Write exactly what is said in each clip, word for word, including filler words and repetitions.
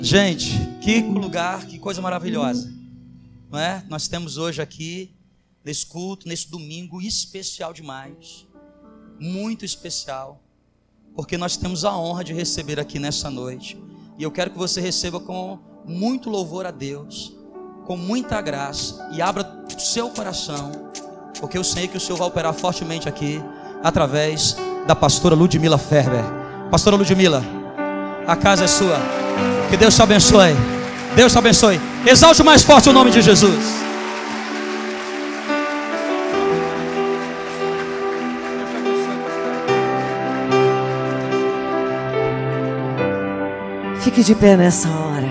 Gente, que lugar, que coisa maravilhosa, não é? Nós temos hoje aqui, nesse culto, nesse domingo especial demais, muito especial, porque nós temos a honra de receber aqui nessa noite, e eu quero que você receba com muito louvor a Deus, com muita graça, e abra o seu coração, porque eu sei que o Senhor vai operar fortemente aqui, através da pastora Ludmila Ferber. Pastora Ludmila, a casa é sua. Que Deus te abençoe. Deus te abençoe. Exalte mais forte o nome de Jesus. Fique de pé nessa hora.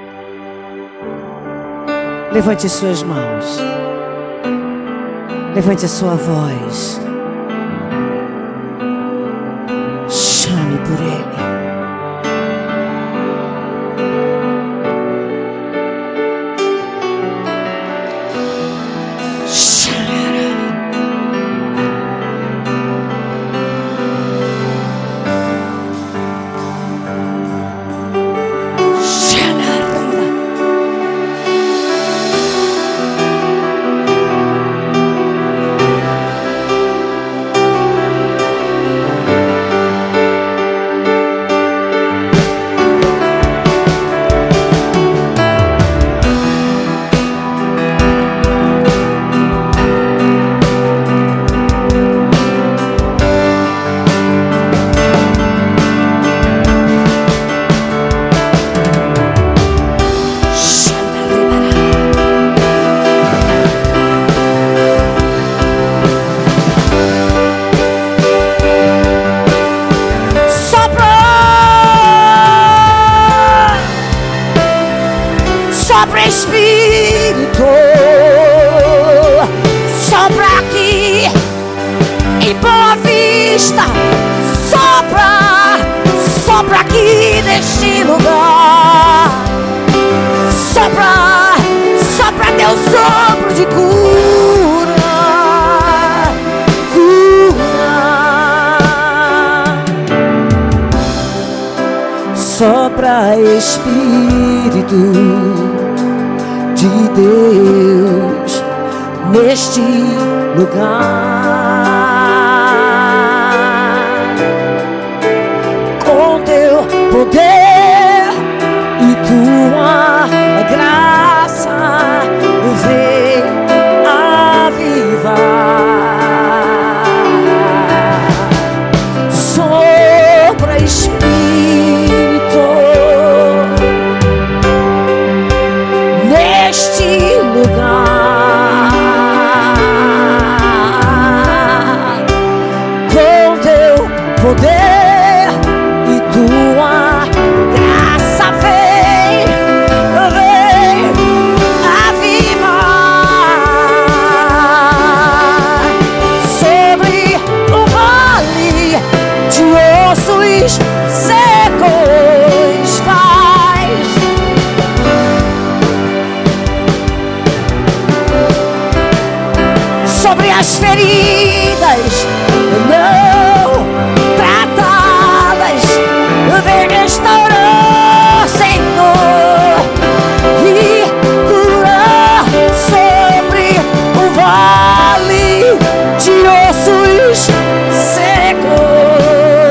Levante suas mãos. Levante a sua voz. Chame por Ele. Espírito, sopra aqui em Boa Vista, sopra, sopra aqui neste lugar, sopra, sopra teu sopro de cura, cura, sopra Espírito de Deus neste lugar, com teu poder e tua graça vem avivar, sopra Espírito neste lugar, com teu poder e tua graça vem, vem avivar sobre o vale de ossos secos, faz sobre as feridas não tratadas, vem restaurar, Senhor, e curar sobre o vale de ossos secos.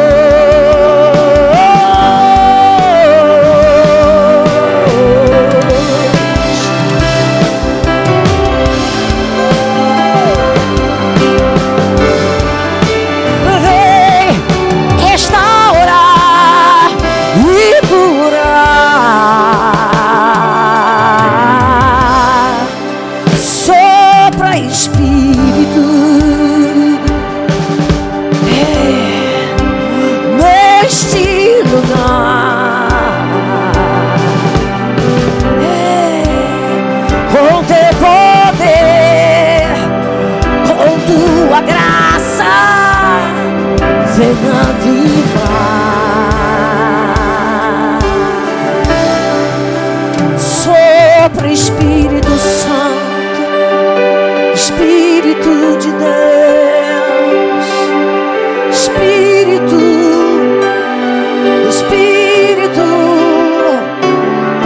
Venha avivar, sopra Espírito Santo, Espírito de Deus, Espírito, Espírito,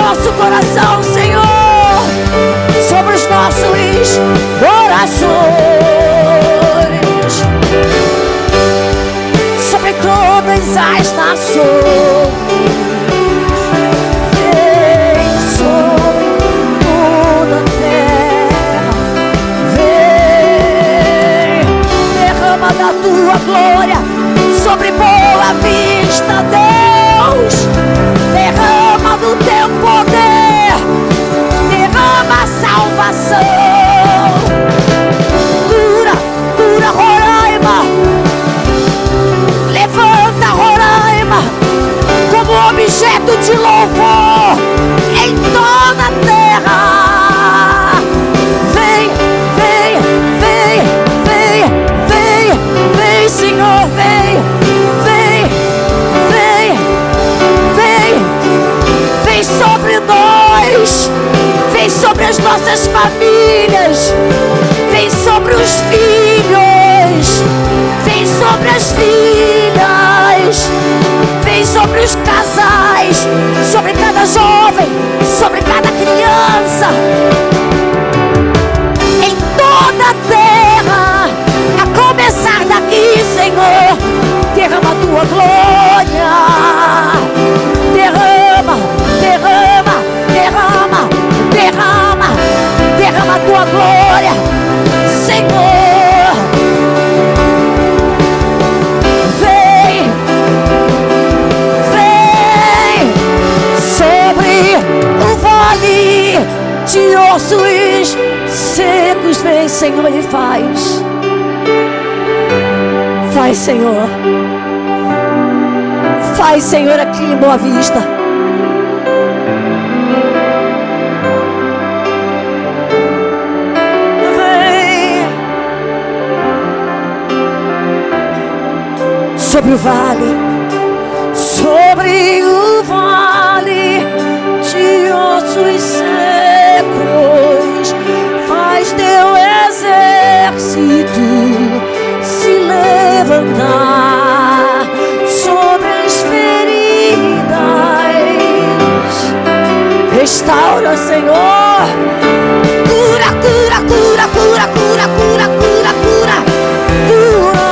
nosso coração, Senhor, sobre os nossos corações, sobre todas as nações. Vem sobre toda a terra, vem, derrama da tua glória sobre Boa Vista, Deus. Derrama do teu poder, derrama a salvação. Cura, cura Roraima, levanta Roraima como objeto de louvor em toda a terra. Vem, vem, vem, vem, vem, vem, Senhor, vem, vem, vem, vem, vem sobre nós, vem sobre as nossas famílias, vem sobre os filhos, vem sobre as filhas, vem sobre os casais, sobre cada jovem, sobre cada criança, em toda a terra, a começar daqui, Senhor. Derrama a tua glória, derrama, derrama, derrama, derrama, derrama a tua glória, Senhor. Vem, vem sobre o vale de ossos secos. Vem, Senhor, e faz, faz, Senhor. Faz, Senhor, aqui em Boa Vista. Vem sobre o vale, sobre o vale de ossos secos. Faz teu exército se levantar sobre as feridas. Restaura, Senhor. Cura, cura, cura, cura, cura, cura, cura, cura, cura.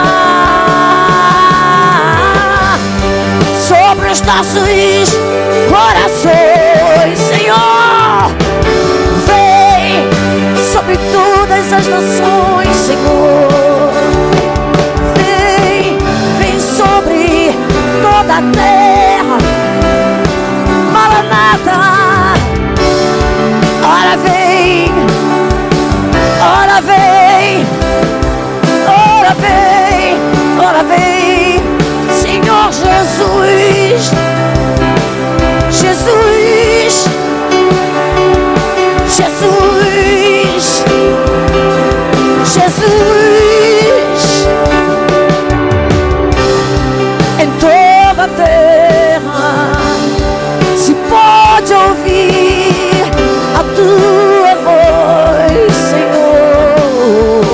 Sobre os nossos corações, Senhor. Vem sobre todas as nações, Senhor. Toda a terra, Maranata, ora vem, ora vem, ora vem, ora vem, Senhor Jesus, Jesus, Jesus, Jesus, em toda a terra se pode ouvir a tua voz, Senhor.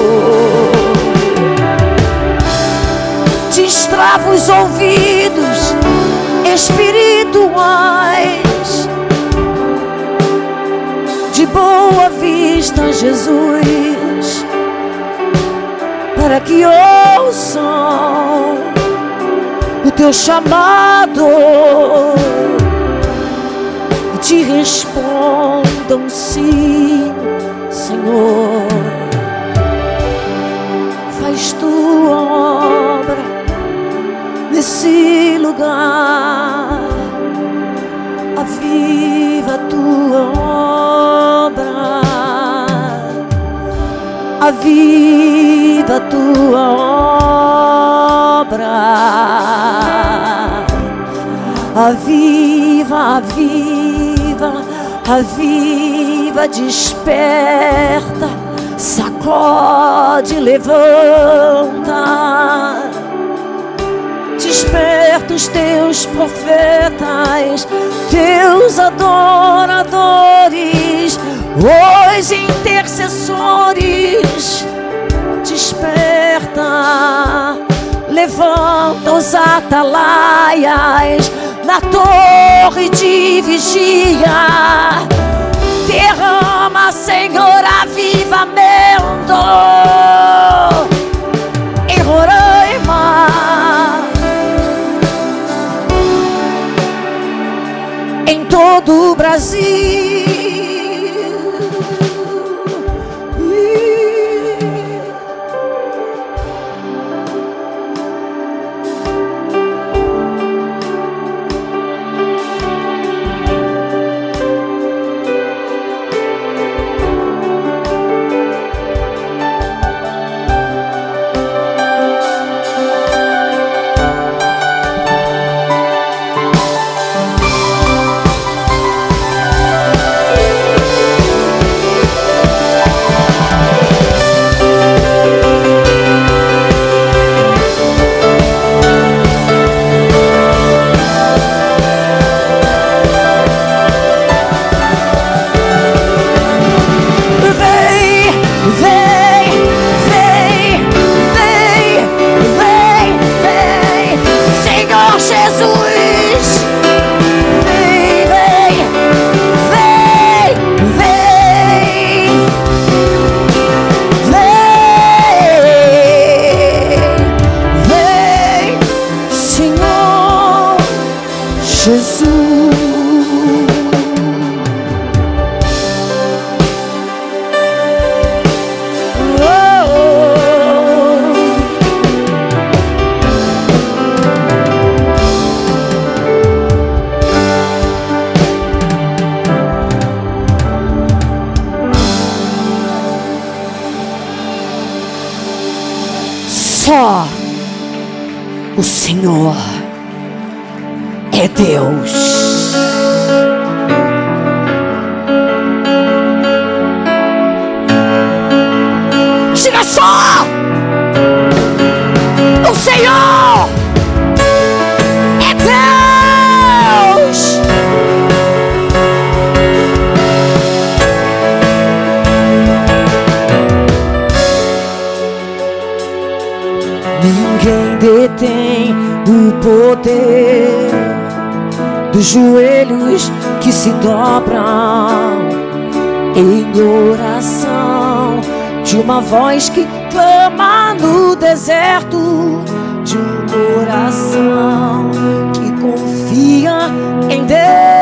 Destrava os ouvidos espirituais de Boa Vista, Jesus, para que ouçam o teu chamado e te respondam sim, Senhor. Faz tua obra nesse lugar, aviva a tua obra, aviva a tua obra, aviva, aviva, aviva, desperta, sacode, levanta, desperta os teus profetas, teus adoradores, os intercessores. Desperta, levanta os atalaias, na torre de vigia. Derrama, Senhor, avivamento em Roraima, em todo o Brasil. Só o Senhor é Deus. Diga só! O Senhor é Deus. Ninguém detém o poder dos joelhos que se dobram em oração, de uma voz que clama no deserto, de um coração que confia em Deus.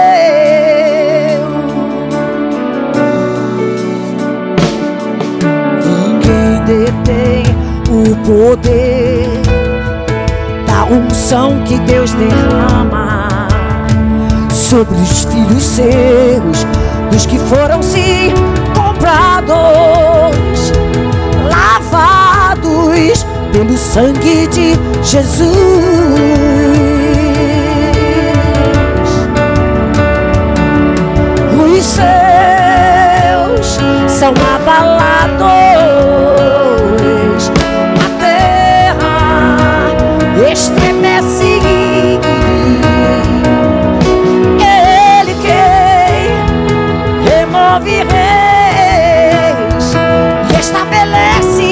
Ninguém detém o poder da unção que Deus derrama sobre os filhos seus, dos que foram se comprados, lavados pelo sangue de Jesus. Os seus são abalados, a terra estremece. Ele quem remove reis e estabelece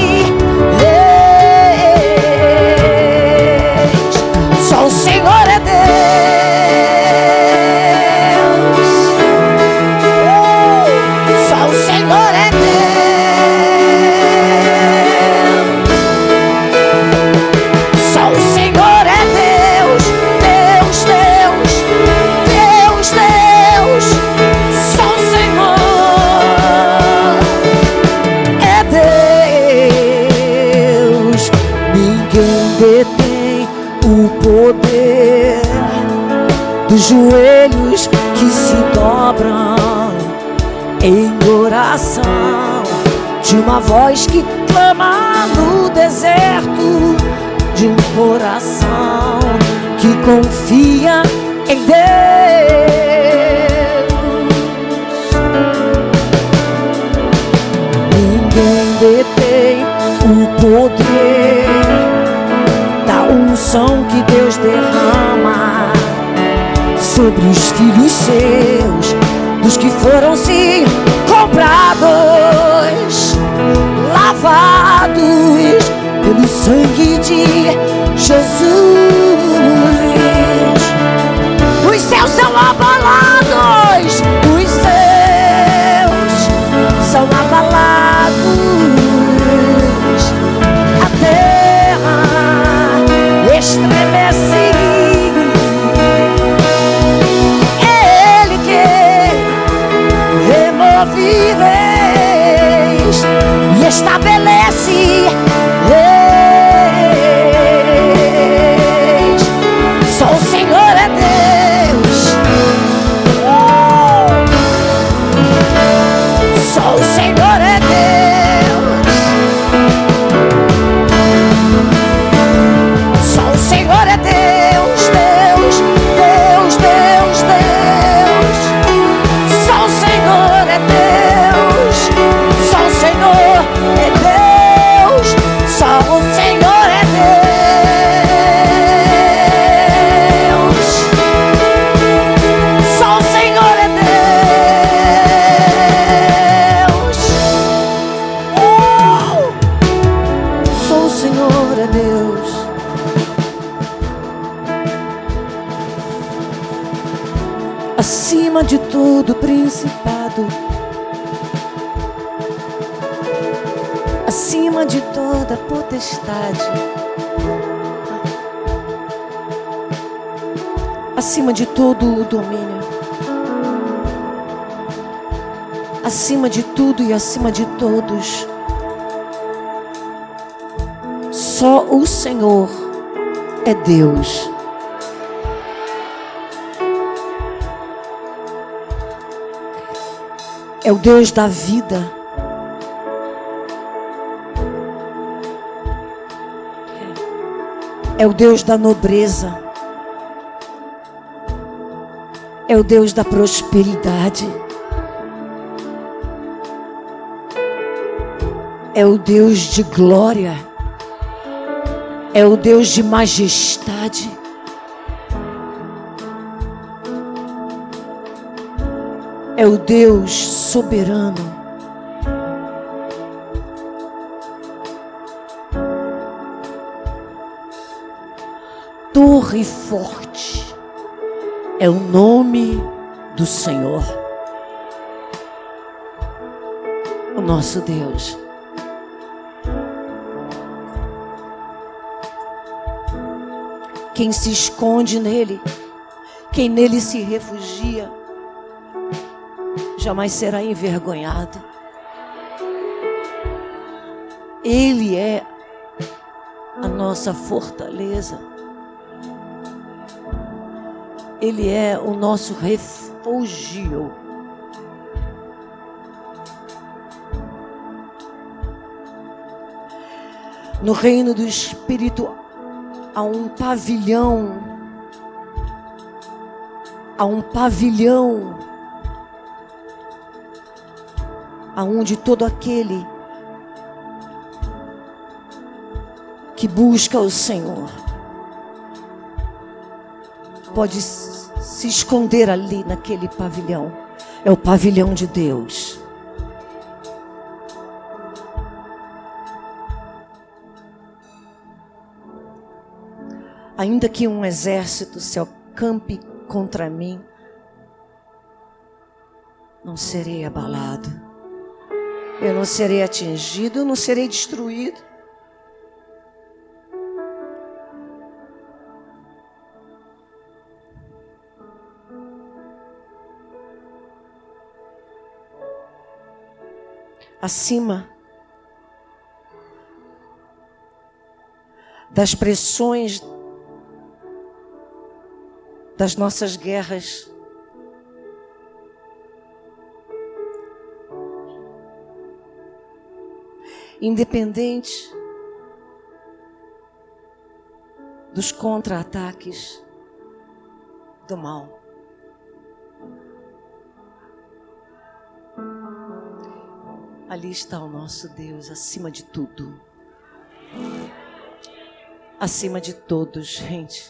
reis. Só o Senhor é Deus. Só o Senhor é Deus. Só o Senhor é Deus. Deus, Deus, Deus, Deus. Só o Senhor é Deus. Ninguém detém o poder dos joelhos que se dobram em oração, de uma voz que clama no deserto, de um coração que confia em Deus. Ninguém detém o poder da unção que Deus derrama sobre os filhos seus, dos que foram se comprados, lavados pelo sangue de Jesus. ouvi reis e estabelece reis. Só o Senhor é Deus. Só o Senhor é Deus. Só o Senhor é Deus, Deus, Deus, Deus, Deus. Só o Senhor é Deus. Só o Senhor é Deus. Só o Senhor é Deus. Só o Senhor é Deus. Oh! Só o Senhor é Deus. Acima de todo principado, acima de toda potestade, acima de todo o domínio, acima de tudo e acima de todos, só o Senhor é Deus. É o Deus da vida. É o Deus da nobreza. É o Deus da prosperidade. É o Deus de glória. É o Deus de majestade. É o Deus soberano. Torre forte é o nome do Senhor, o nosso Deus. Quem se esconde nele, quem nele se refugia, jamais será envergonhado. Ele é a nossa fortaleza. Ele é o nosso refúgio. No reino do Espírito há um pavilhão, há um pavilhão aonde todo aquele que busca o Senhor pode se esconder ali naquele pavilhão. É o pavilhão de Deus. Ainda que um exército se acampe contra mim, não serei abalado. Eu não serei atingido, eu não serei destruído. Acima das pressões das nossas guerras, independente dos contra-ataques do mal, ali está o nosso Deus acima de tudo, acima de todos, gente.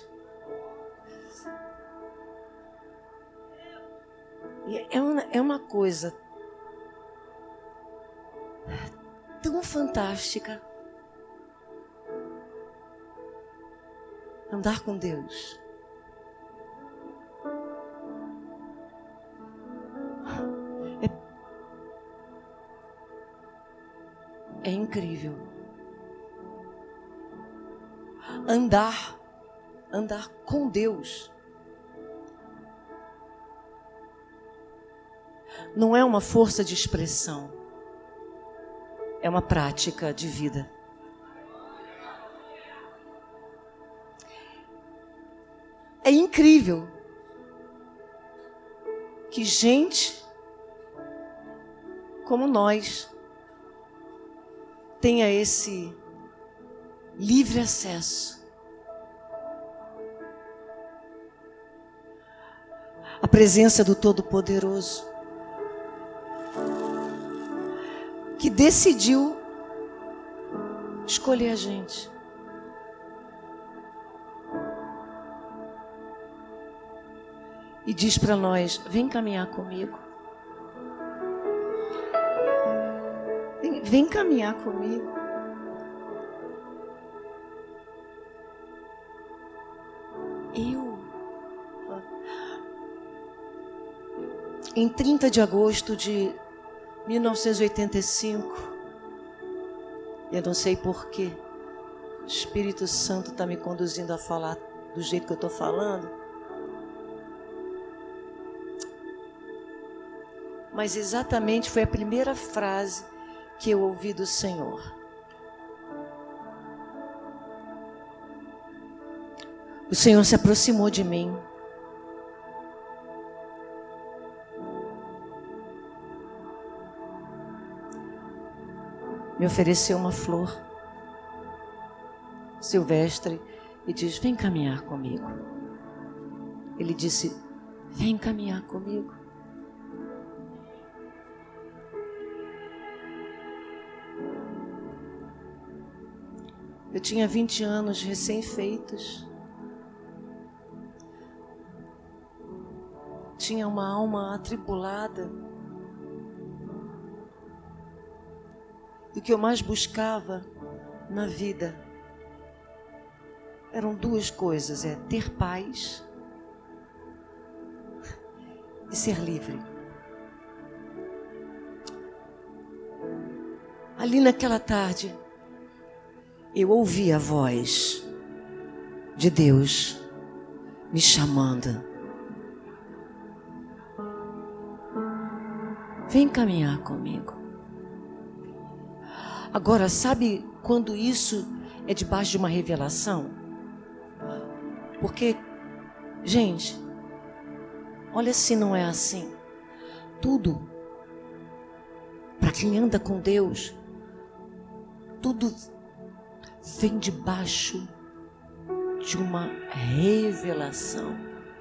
E é uma, é uma coisa tão fantástica andar com Deus. É, é incrível andar, andar com Deus. não é uma força de expressão, é uma prática de vida. É incrível que gente como nós tenha esse livre acesso à presença do Todo-Poderoso, que decidiu escolher a gente. E diz para nós: vem caminhar comigo. Vem, vem caminhar comigo. Eu. Em trinta de agosto de mil novecentos e oitenta e cinco, eu não sei porquê, o Espírito Santo está me conduzindo a falar do jeito que eu estou falando. Mas exatamente foi a primeira frase que eu ouvi do Senhor. O Senhor se aproximou de mim. Me ofereceu uma flor silvestre e diz: vem caminhar comigo. Ele disse: vem caminhar comigo. Eu tinha vinte anos recém-feitos. Tinha uma alma atribulada. E o que eu mais buscava na vida eram duas coisas: é ter paz e ser livre. Ali naquela tarde, eu ouvi a voz de Deus me chamando. Vem caminhar comigo. Agora, sabe quando isso é debaixo de uma revelação? Porque, gente, olha se não é assim. Tudo, para quem anda com Deus, tudo vem debaixo de uma revelação.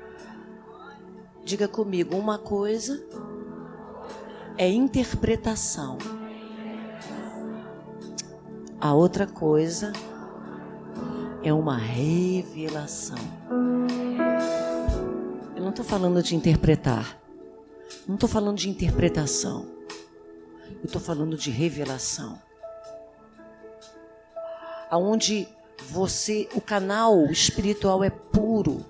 Diga comigo: uma coisa é interpretação, a outra coisa é uma revelação. Eu não estou falando de interpretar, não estou falando de interpretação, eu estou falando de revelação. Aonde você, o canal espiritual é puro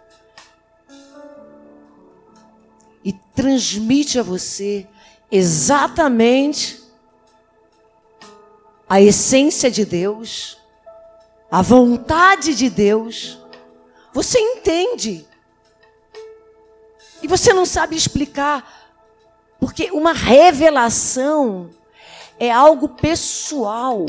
e transmite a você exatamente a essência de Deus, a vontade de Deus. Você entende e você não sabe explicar, porque uma revelação é algo pessoal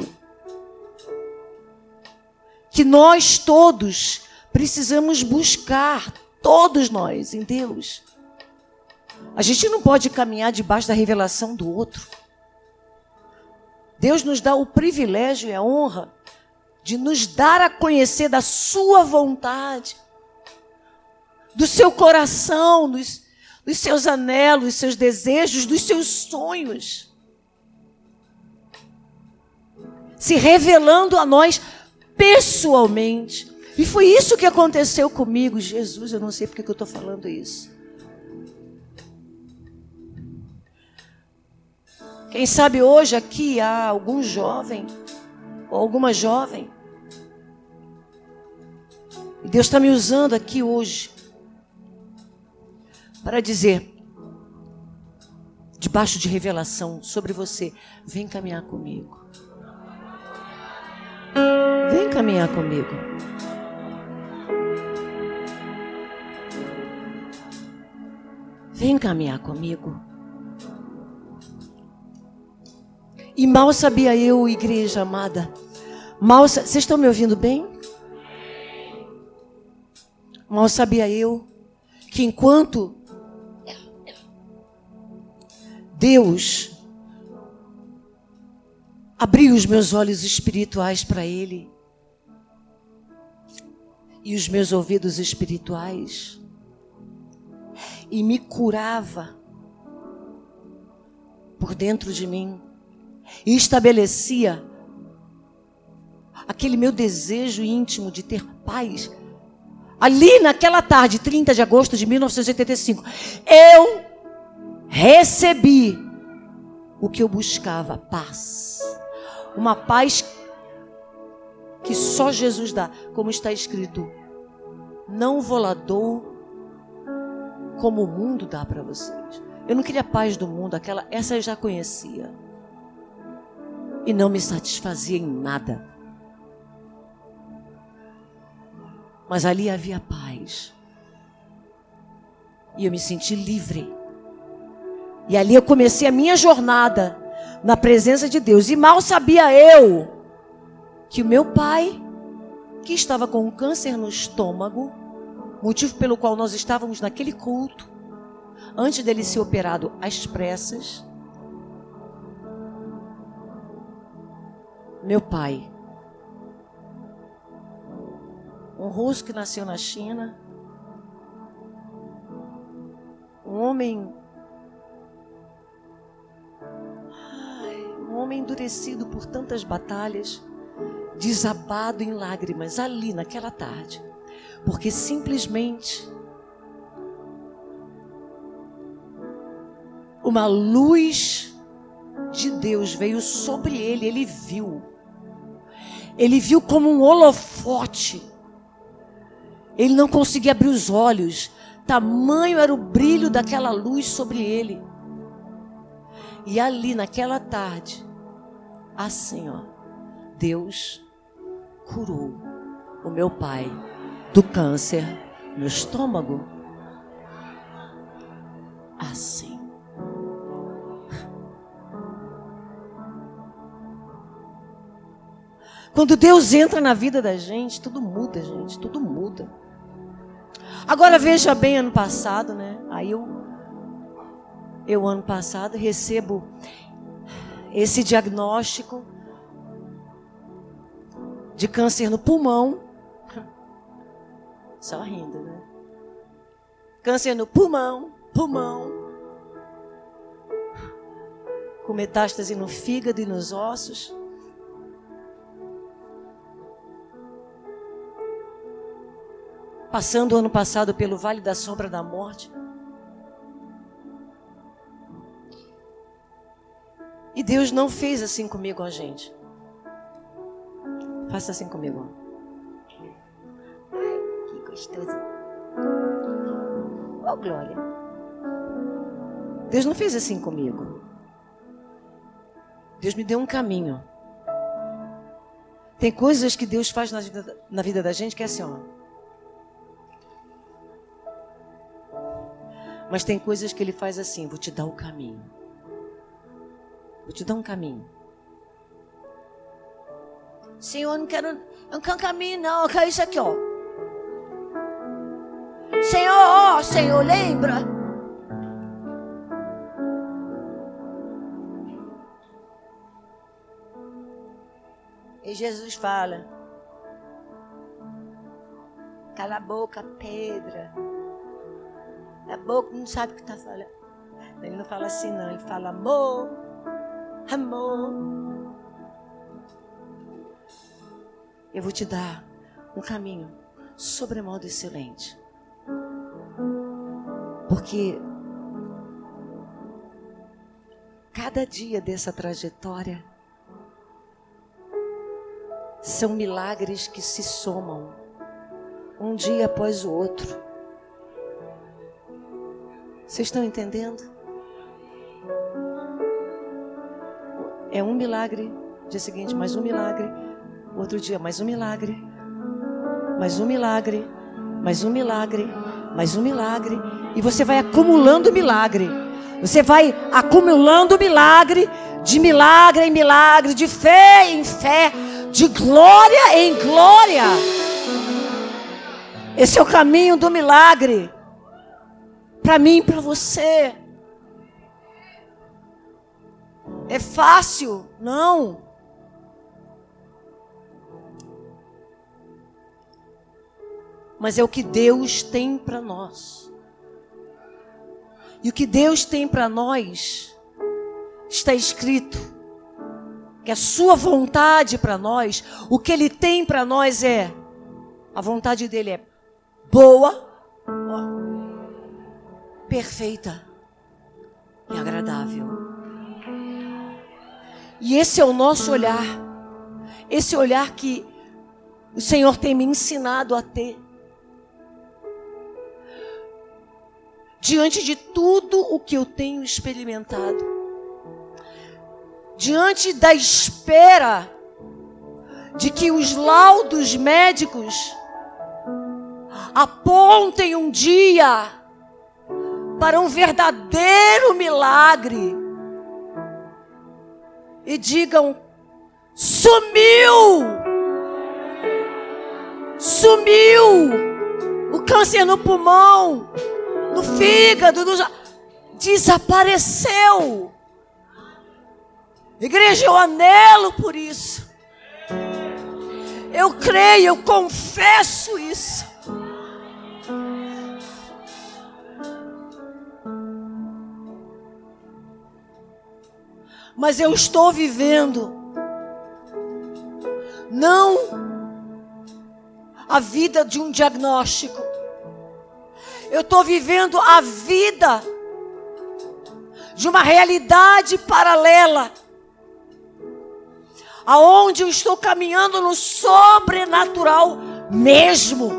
que nós todos precisamos buscar, todos nós, em Deus. A gente não pode caminhar debaixo da revelação do outro. Deus nos dá o privilégio e a honra de nos dar a conhecer da sua vontade, do seu coração, dos, dos seus anelos, dos seus desejos, dos seus sonhos, se revelando a nós pessoalmente. E foi isso que aconteceu comigo. Jesus, eu não sei porque que eu estou falando isso. Quem sabe hoje aqui há algum jovem ou alguma jovem, e Deus está me usando aqui hoje para dizer, debaixo de revelação sobre você: vem caminhar comigo. Vem caminhar comigo. Vem caminhar comigo. E mal sabia eu, igreja amada, mal, vocês estão me ouvindo bem? Mal sabia eu que enquanto Deus abriu os meus olhos espirituais para Ele e os meus ouvidos espirituais e me curava por dentro de mim e estabelecia aquele meu desejo íntimo de ter paz. Ali naquela tarde, trinta de agosto de mil novecentos e oitenta e cinco, eu recebi o que eu buscava, paz. Uma paz que só Jesus dá, como está escrito: não vou lá dou como o mundo dá para vocês. Eu não queria a paz do mundo, aquela, essa eu já conhecia. E não me satisfazia em nada. Mas ali havia paz. E eu me senti livre. E ali eu comecei a minha jornada na presença de Deus. E mal sabia eu que o meu pai, que estava com um câncer no estômago, motivo pelo qual nós estávamos naquele culto, antes dele ser operado às pressas, meu pai, um russo que nasceu na China, um homem, um homem endurecido por tantas batalhas, desabado em lágrimas ali naquela tarde, porque simplesmente uma luz de Deus veio sobre ele. Ele viu, ele viu como um holofote. Ele não conseguia abrir os olhos, tamanho era o brilho daquela luz sobre ele. E ali naquela tarde, assim ó, Deus curou o meu pai do câncer no estômago. Assim. Quando Deus entra na vida da gente, tudo muda, gente, tudo muda. Agora veja bem, ano passado, né? Aí eu, eu ano passado recebo esse diagnóstico de câncer no pulmão. Só rindo, né? Câncer no pulmão, pulmão. Com metástase no fígado e nos ossos. Passando o ano passado pelo Vale da Sombra da Morte. E Deus não fez assim comigo, ó, gente. Faça assim comigo. Ai, que gostoso. Ó, oh, glória. Deus não fez assim comigo. Deus me deu um caminho. Tem coisas que Deus faz na vida, na vida da gente que é assim, ó. Mas tem coisas que Ele faz assim: vou te dar o caminho. Vou te dar um caminho. Senhor, eu não quero, eu não quero caminho não, eu quero isso aqui, ó. Senhor, ó, Senhor, lembra? E Jesus fala: cala a boca, pedra. A boca não sabe o que está falando. Ele não fala assim não, ele fala amor, amor. Eu vou te dar um caminho sobremodo excelente. Porque cada dia dessa trajetória são milagres que se somam um dia após o outro. Vocês estão entendendo? É um milagre, dia seguinte mais um milagre, outro dia mais um milagre, mais um milagre, mais um milagre, mais um milagre, e você vai acumulando milagre. Você vai acumulando milagre de milagre em milagre, de fé em fé, de glória em glória. Esse é o caminho do milagre, para mim e para você. É fácil? Não. Mas é o que Deus tem para nós. E o que Deus tem para nós está escrito que a sua vontade para nós, o que Ele tem para nós é, a vontade dele é boa, ó, perfeita e agradável. E esse é o nosso olhar, esse olhar que o Senhor tem me ensinado a ter. Diante de tudo o que eu tenho experimentado, diante da espera de que os laudos médicos apontem um dia para um verdadeiro milagre e digam: sumiu, sumiu o câncer no pulmão, no fígado, no... desapareceu. Igreja, eu anelo por isso. Eu creio, eu confesso isso. Mas eu estou vivendo não a vida de um diagnóstico. Eu estou vivendo a vida de uma realidade paralela, aonde eu estou caminhando no sobrenatural mesmo,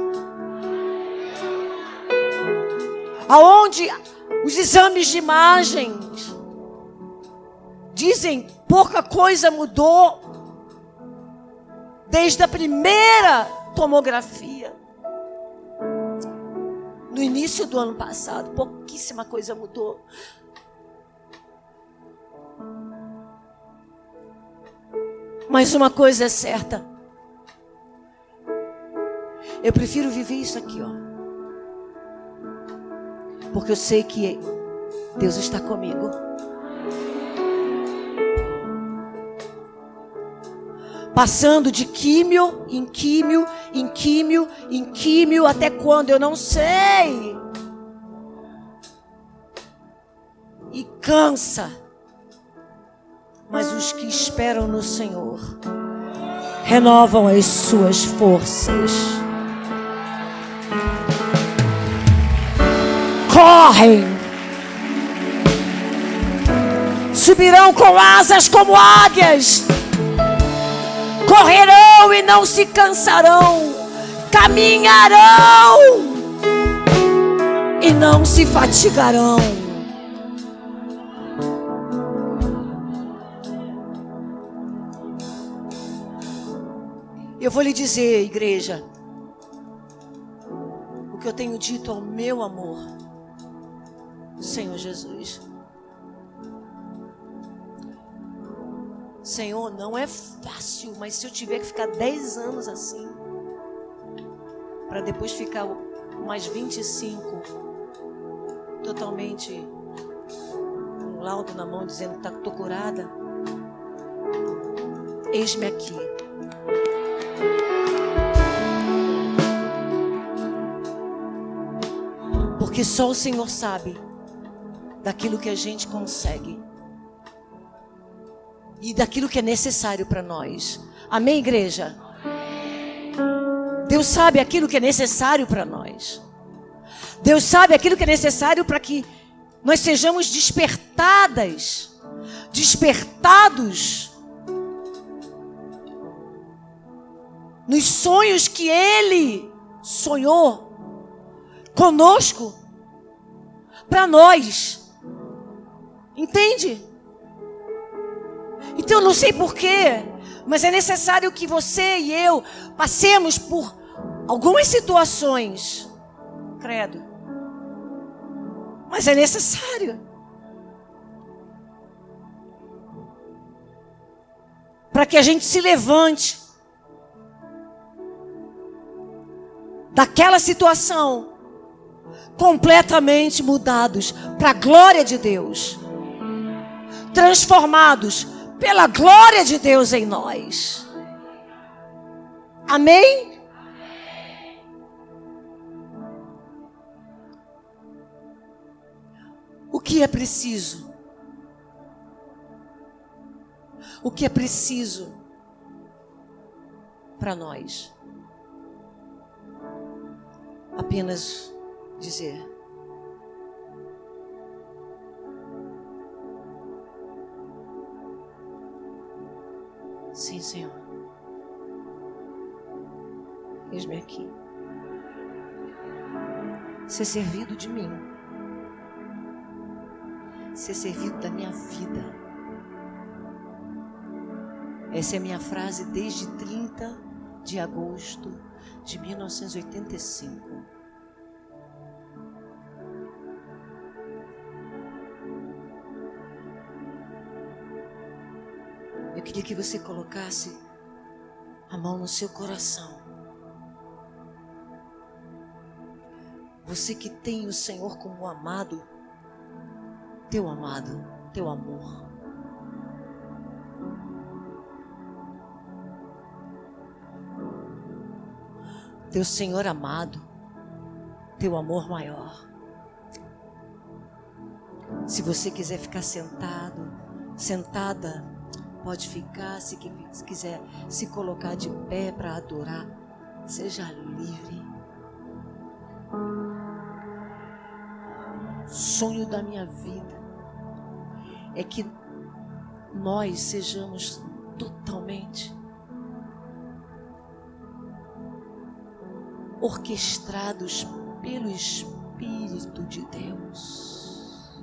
aonde os exames de imagens dizem pouca coisa mudou desde a primeira tomografia. No início do ano passado, pouquíssima coisa mudou. Mas uma coisa é certa. Eu prefiro viver isso aqui, ó. Porque eu sei que Deus está comigo. Passando de químio em químio, em químio, em químio, até quando? Eu não sei. E cansa. Mas os que esperam no Senhor renovam as suas forças. Correm. Subirão com asas como águias. Correrão e não se cansarão. Caminharão e não se fatigarão. Eu vou lhe dizer, igreja, o que eu tenho dito ao meu amor, Senhor Jesus. Senhor, não é fácil, mas se eu tiver que ficar dez anos assim, para depois ficar mais vinte e cinco, totalmente com um laudo na mão dizendo que estou curada, eis-me aqui. Porque só o Senhor sabe daquilo que a gente consegue e daquilo que é necessário para nós. Amém, igreja? Deus sabe aquilo que é necessário para nós. Deus sabe aquilo que é necessário para que nós sejamos despertadas, despertados nos sonhos que Ele sonhou conosco, para nós. Entende? Então eu não sei porquê, mas é necessário que você e eu passemos por algumas situações, credo, mas é necessário. para que a gente se levante daquela situação completamente mudados para a glória de Deus, transformados pela glória de Deus em nós. Amém? O que é preciso? O que é preciso para nós? Apenas dizer: sim, Senhor, eis-me aqui. Ser servido de mim, ser servido da minha vida. Essa é a minha frase desde trinta de agosto de mil novecentos e oitenta e cinco. Eu queria que você colocasse a mão no seu coração. Você que tem o Senhor como amado, teu amado, teu amor. Teu Senhor amado, teu amor maior. Se você quiser ficar sentado, sentada, pode ficar. Se quiser se colocar de pé para adorar, seja livre. O sonho da minha vida é que nós sejamos totalmente orquestrados pelo Espírito de Deus.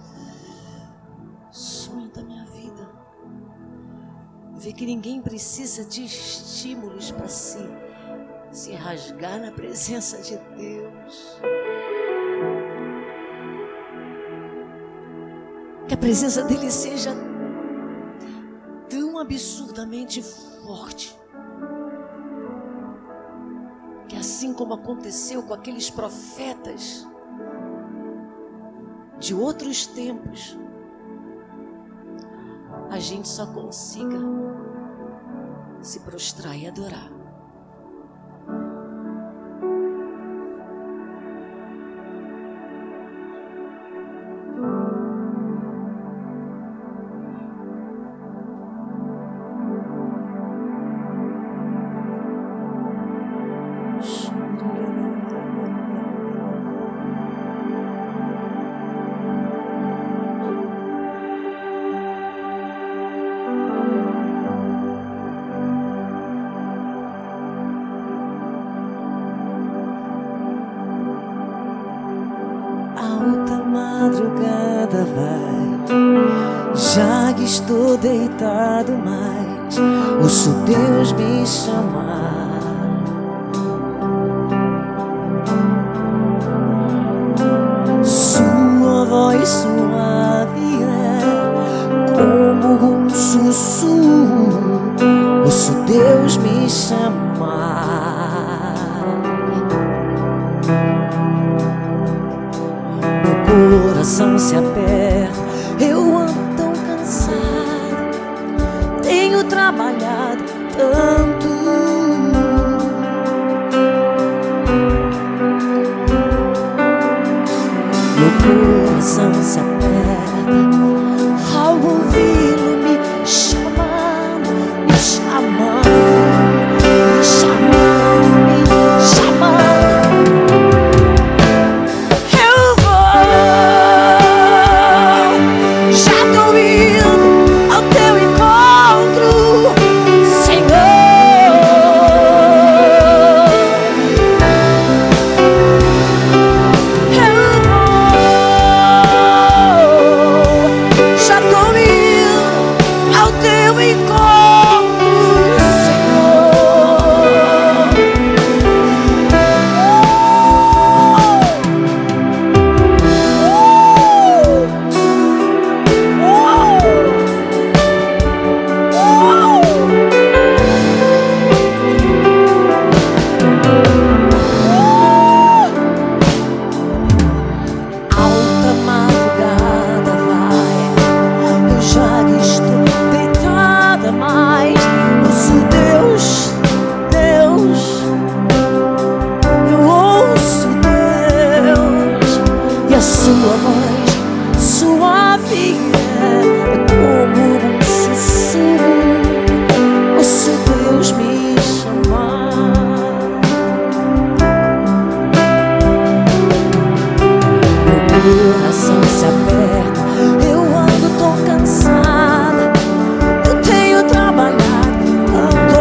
Sonho da minha vida. Ver que ninguém precisa de estímulos para se, se rasgar na presença de Deus. Que a presença dele seja tão absurdamente forte, que assim como aconteceu com aqueles profetas de outros tempos, a gente só consiga se prostrar e adorar. Já que estou deitado, mas ouço Deus me chamar. Sua voz suave é como um sussurro. Ouço Deus me chamar. Meu coração se aperta, eu ando tão cansado, tenho trabalhado tanto. Meu coração se aperta ao ouvi-lo me chamando, me chamando, me chamando, me chamando. Eu vou, já tô indo ao teu encontro, Senhor. tua voz suave é como um sussurro. Se Deus me chamar, meu coração se aperta. Eu ando tão cansada, eu tenho trabalhado tanto.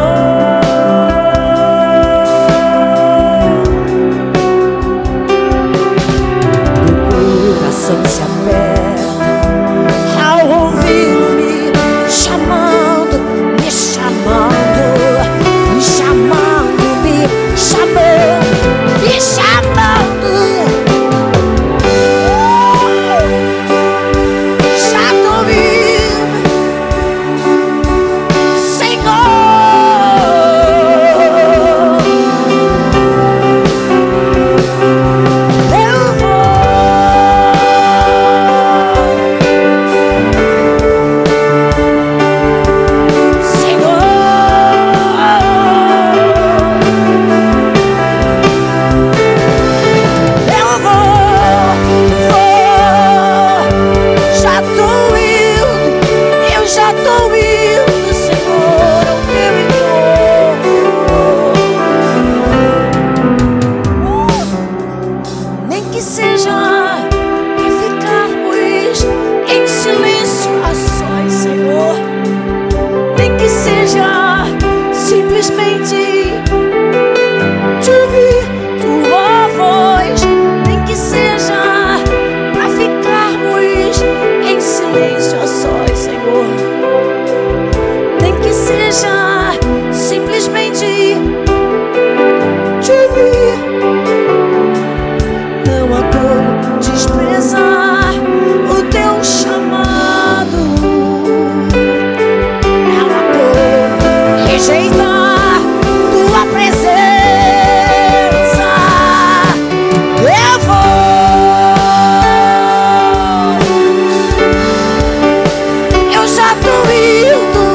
Meu coração se aperta ao ouvir-me chamando, me chamando, me chamando, me chamando, me chamando. Já tô ouvindo, Senhor. Eu vou, Senhor. Eu vou, vou, já tô indo, eu já tô indo, Senhor, ao teu encontro. Nem que seja pra ficarmos em silêncio a sós, Senhor. Nem que seja simplesmente de ouvir tua voz, nem que seja pra ficarmos em silêncio a sós, Senhor. Nem que seja simplesmente de ouvir. Não há como desprezar o teu chamado. Não há como rejeitar tua presença. Eu vou, eu já tô indo,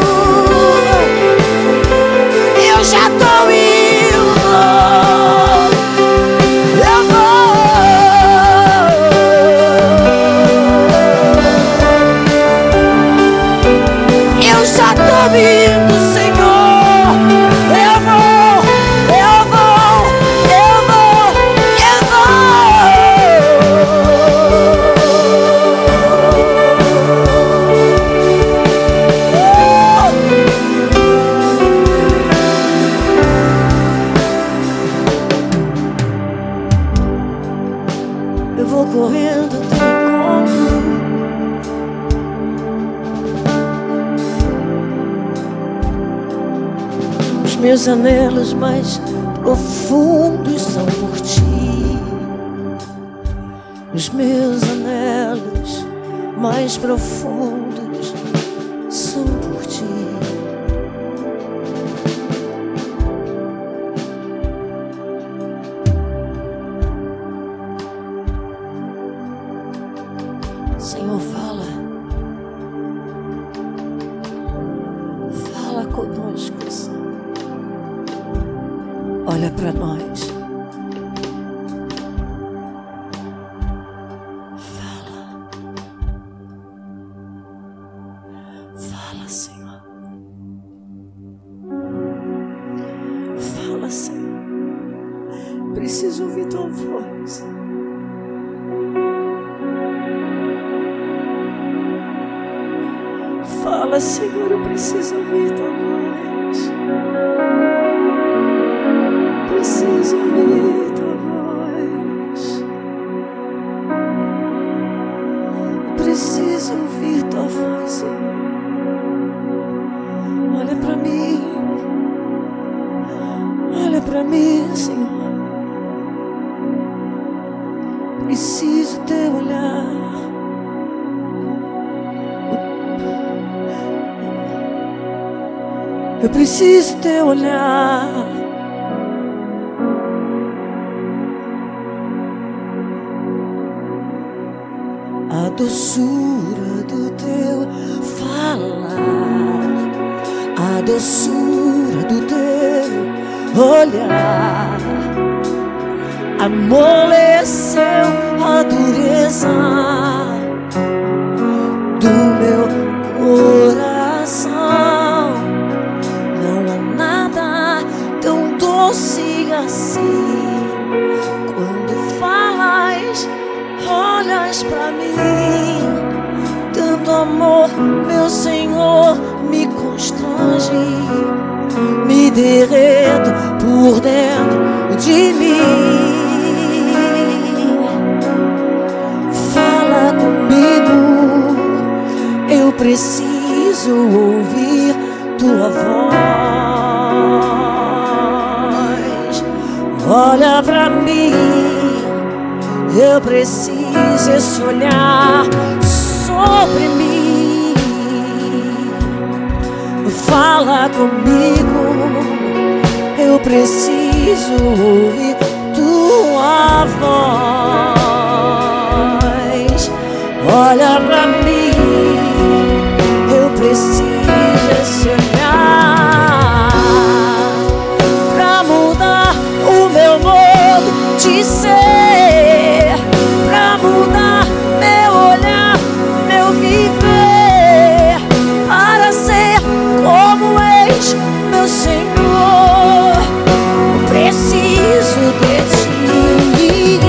eu já tô indo. Eu vou, eu já tô indo, Senhor. Eu vou, eu vou, eu vou, eu vou. Eu vou correndo ao teu encontro. Os meus anelos mais profundos são por ti. Os meus anelos mais profundos são por ti. Senhor, fala. Fala conosco, Senhor. Olha para nós. Fala. Fala, Senhor. Fala, Senhor. Preciso ouvir tua voz. Fala, Senhor, eu preciso ouvir tua voz. Preciso ouvir tua voz. Preciso ouvir tua voz, Senhor. Olha pra mim. Olha pra mim, Senhor. Preciso teu olhar. Eu preciso teu olhar. A doçura do teu falar, a doçura do teu olhar, amoleceu a dureza do meu coração. Não há nada tão doce assim. Quando falas, olhas pra mim. Tanto amor, meu Senhor, me constrange. Me derreto por dentro de mim. Fala comigo, eu preciso ouvir tua voz. Olha pra mim, eu preciso esse olhar sobre mim. Fala comigo, eu preciso ouvir tua voz. Olha pra mim, eu preciso esse olhar pra mudar o meu modo de ser, pra mudar meu olhar, meu viver, para ser como és, meu Senhor. Preciso de ti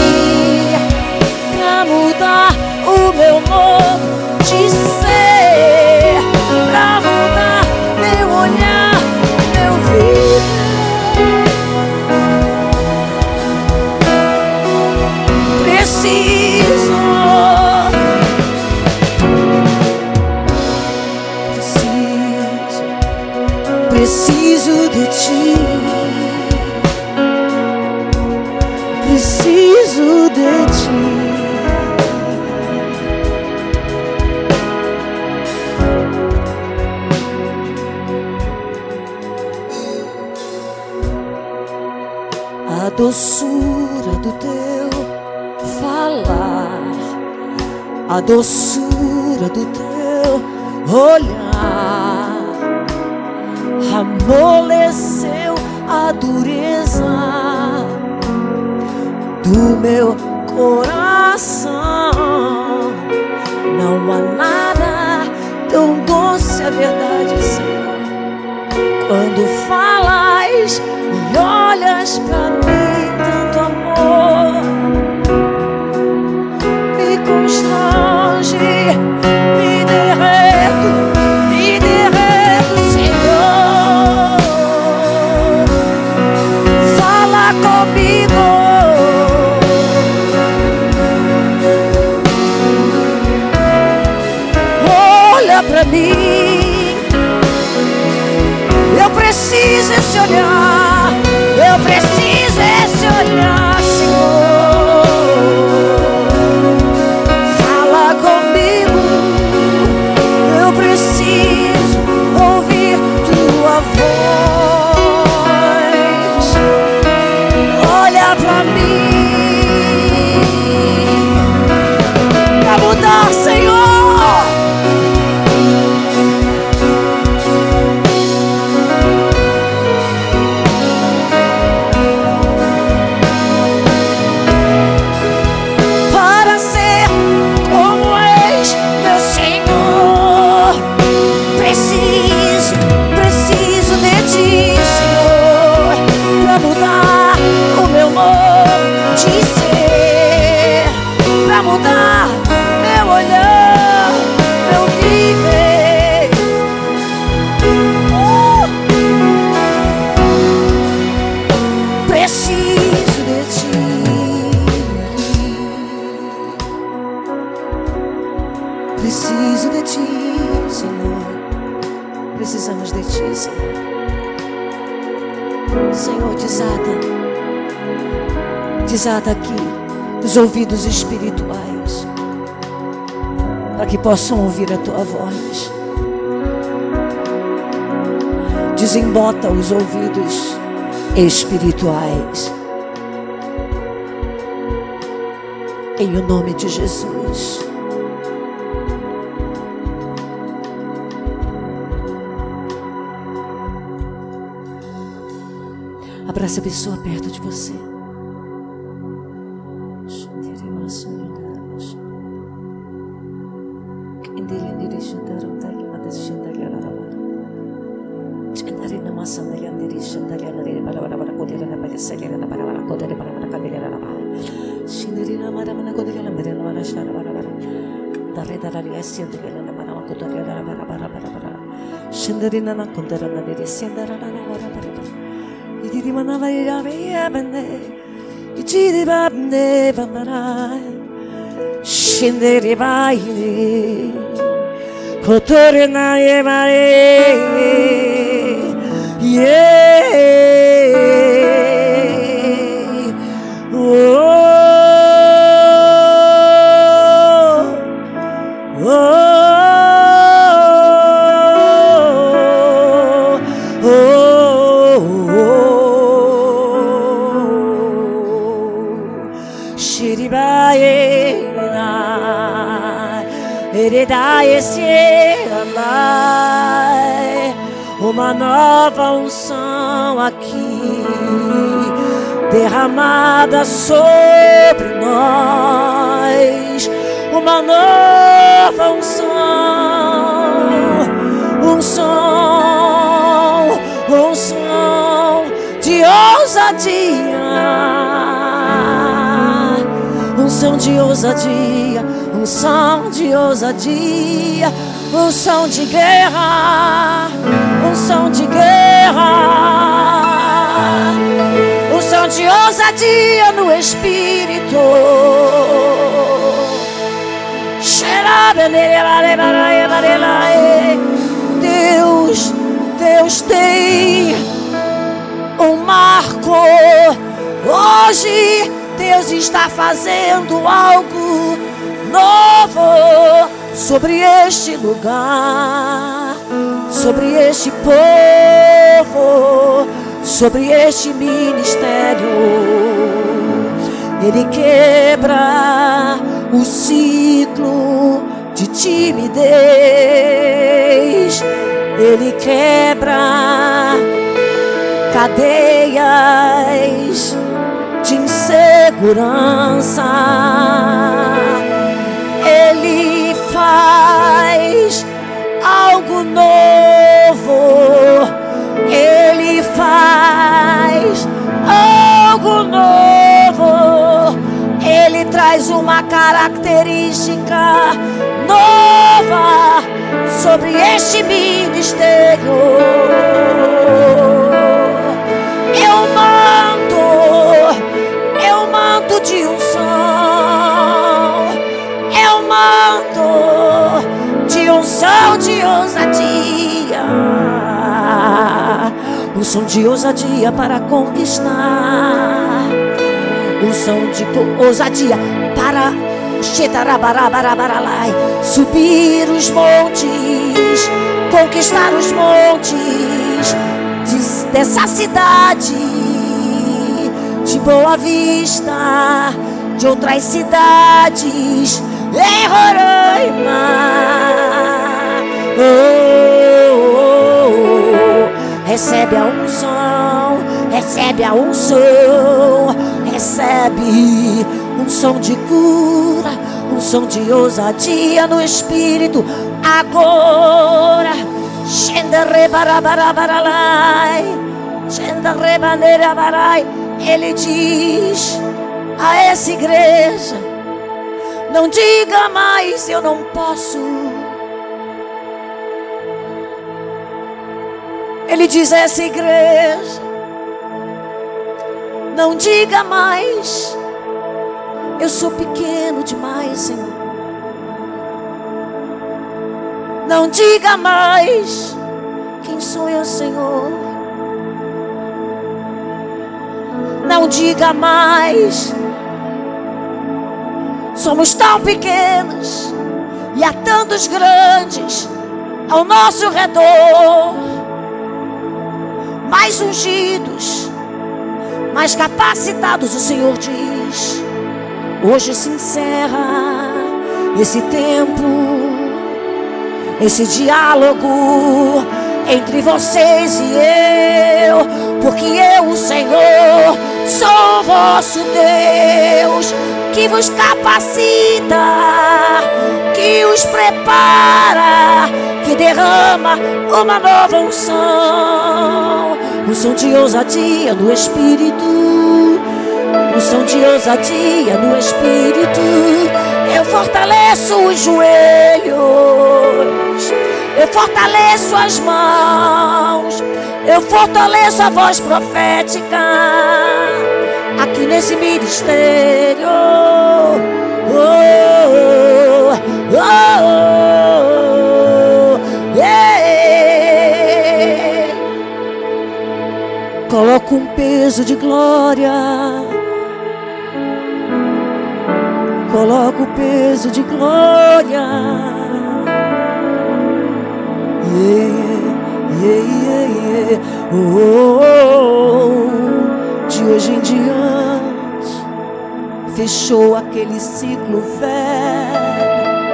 pra mudar o meu modo de ser, pra mudar meu olhar, meu viver. Preciso, preciso, preciso de ti. Preciso de ti. A doçura do teu falar, a doçura do teu olhar amoleceu a dureza do meu coração. Não há nada tão doce, a verdade, Senhor. Quando falas e olhas pra mim, tanto amor me constrange, me derreto, me derreto, Senhor. Fala comigo, olha pra mim. Eu preciso esse olhar, eu preciso esse olhar, Senhor. Fala comigo, eu preciso ouvir tua voz. Olha pra mim, pra mudar, Senhor. Mudar meu olhar, meu viver. Oh. Preciso de ti, preciso de ti, Senhor. Precisamos de ti, Senhor. Senhor, desata, desata aqui os ouvidos espirituais, para que possam ouvir a tua voz. Desembota os ouvidos espirituais, em o nome de Jesus. Abraça a pessoa perto de você. Uma nova unção aqui derramada sobre nós. Uma nova unção, unção, unção de ousadia, unção de ousadia, unção de ousadia, unção de guerra, unção de guerra, unção de ousadia no Espírito. Deus, Deus tem um marco. Hoje Deus está fazendo algo novo sobre este lugar, sobre este povo, sobre este ministério. Ele quebra o ciclo de timidez, ele quebra cadeias de insegurança, ele faz algo novo, ele faz algo novo, ele traz uma característica nova sobre este ministério. Eu mando, eu mando de unção, eu mando de unção de ousadia, unção de ousadia para conquistar, unção de ousadia para subir os montes, conquistar os montes de, dessa cidade de Boa Vista, de outras cidades em Roraima. Oh, oh, oh. Recebe a unção, recebe a unção, recebe unção de cura, unção de ousadia no Espírito. Agora, ele diz a essa igreja: não diga mais eu não posso. Ele diz a essa igreja: não diga mais eu sou pequeno demais, Senhor. Não diga mais quem sou eu, Senhor. Não diga mais somos tão pequenos e há tantos grandes ao nosso redor, mais ungidos, mais capacitados. O Senhor diz: hoje se encerra esse tempo, esse diálogo entre vocês e eu, porque eu, o Senhor, sou o vosso Deus, que vos capacita, que os prepara, que derrama uma nova unção, unção de ousadia no Espírito, unção de ousadia no Espírito. Eu fortaleço os joelhos, eu fortaleço as mãos, eu fortaleço a voz profética aqui nesse ministério. Oh, oh, oh, yeah. Coloco um peso de glória, coloco o peso de glória. Yeah, yeah, yeah, yeah. Oh, oh, oh. De hoje em diante fechou aquele ciclo velho.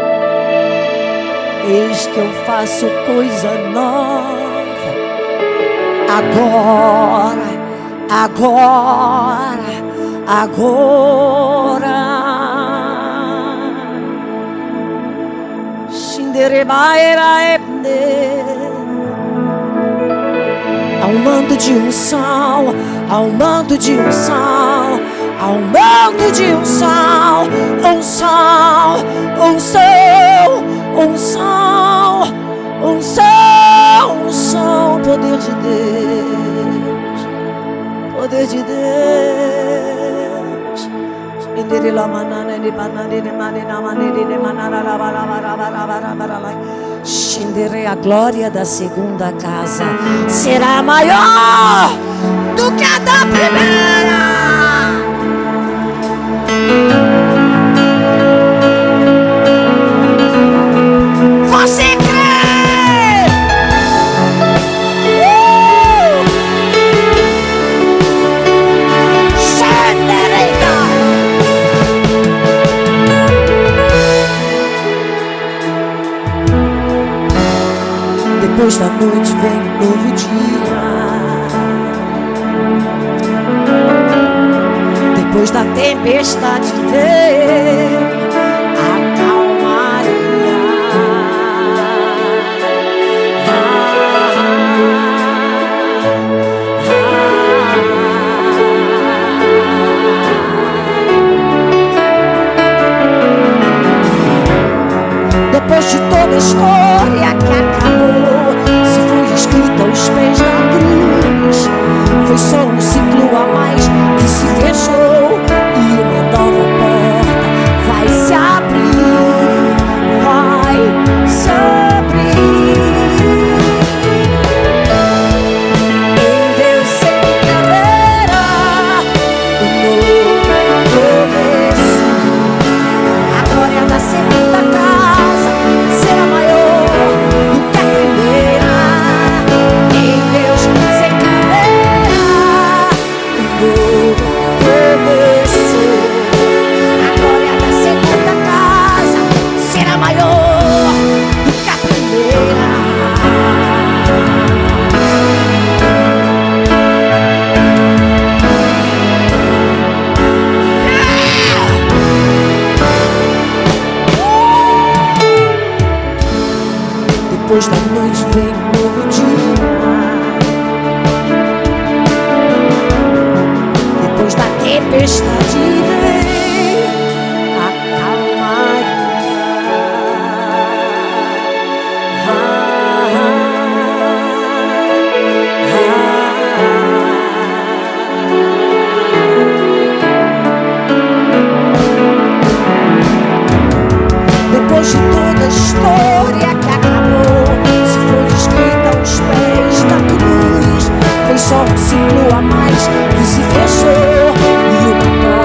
Eis que eu faço coisa nova. Agora, agora, agora. Há um manto de unção, há um manto de unção, há um manto de unção, unção, unção, unção, unção, unção, poder de Deus, poder de Deus. A glória da segunda casa será maior do que a da primeira. Você crê? Uh! Xandereira. Depois da noite vem um novo dia. Depois da tempestade vem a calmaria. Ah, ah, ah. Depois de toda a história que acabou, se foi escrita aos pés da cruz, foi só um ciclo a mais que se fechou e uma nova porta vai se abrir, vai se abrir. Em Deus sempre haverá um novo começo. A glória da segunda casa será maior do que a primeira. Em Deus sempre haverá um novo começo. A glória da segunda casa será maior do que a primeira. Depois da noite vem um novo dia. Depois da tempestade vem a calmaria. Ah, ah, ah. Depois de toda a história que acabou, se foi escrita aos pés da cruz, foi só um ciclo a mais que se fechou e uma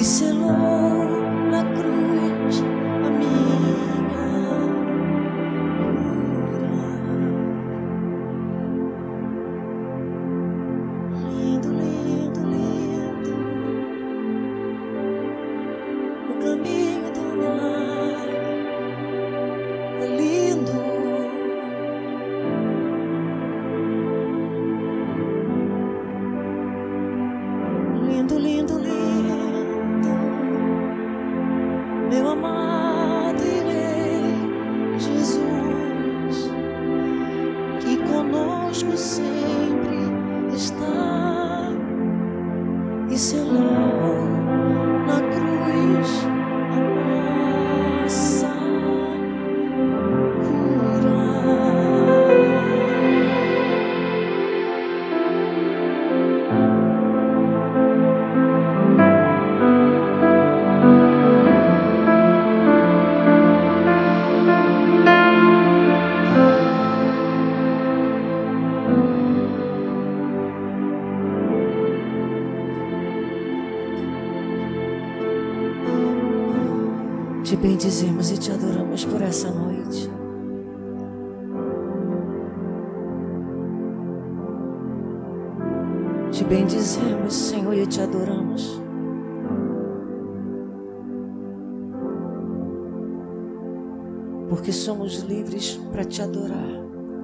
e selou na cruz a minha cura. Lindo, lindo, lindo, o caminho do milagre é lindo. Lindo, lindo, lindo, meu amado e Rei Jesus, que conosco sempre está e selou na cruz a nossa cura. Te bendizemos e te adoramos por essa noite. Te bendizemos, Senhor, e te adoramos. Porque somos livres para te adorar.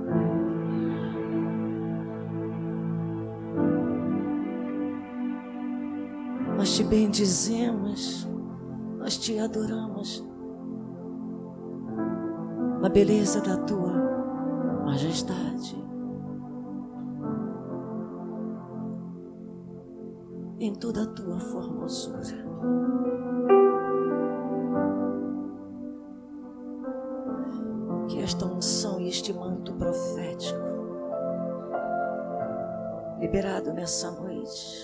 Nós te bendizemos. Nós te adoramos na beleza da tua majestade, em toda a tua formosura. Que esta unção e este manto profético liberado nessa noite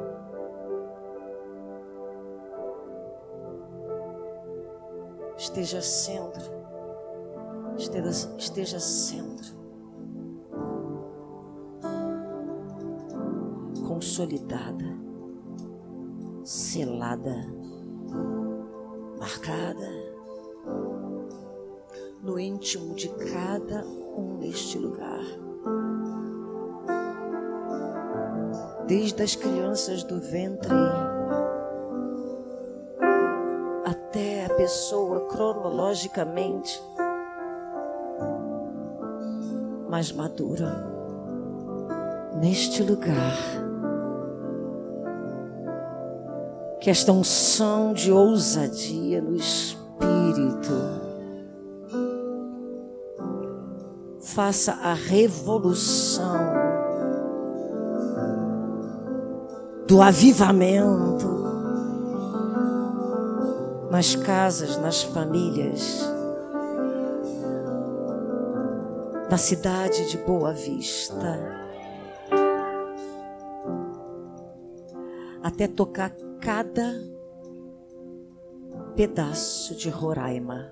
esteja sendo, esteja, esteja sendo consolidada, selada, marcada no íntimo de cada um neste lugar. Desde as crianças do ventre até a pessoa cronologicamente mais madura neste lugar. Que esta unção de ousadia no Espírito faça a revolução do avivamento nas casas, nas famílias, na cidade de Boa Vista, até tocar cada pedaço de Roraima.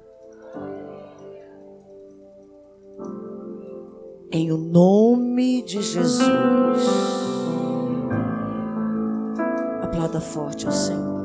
Em o nome de Jesus. Aplauda forte ao Senhor.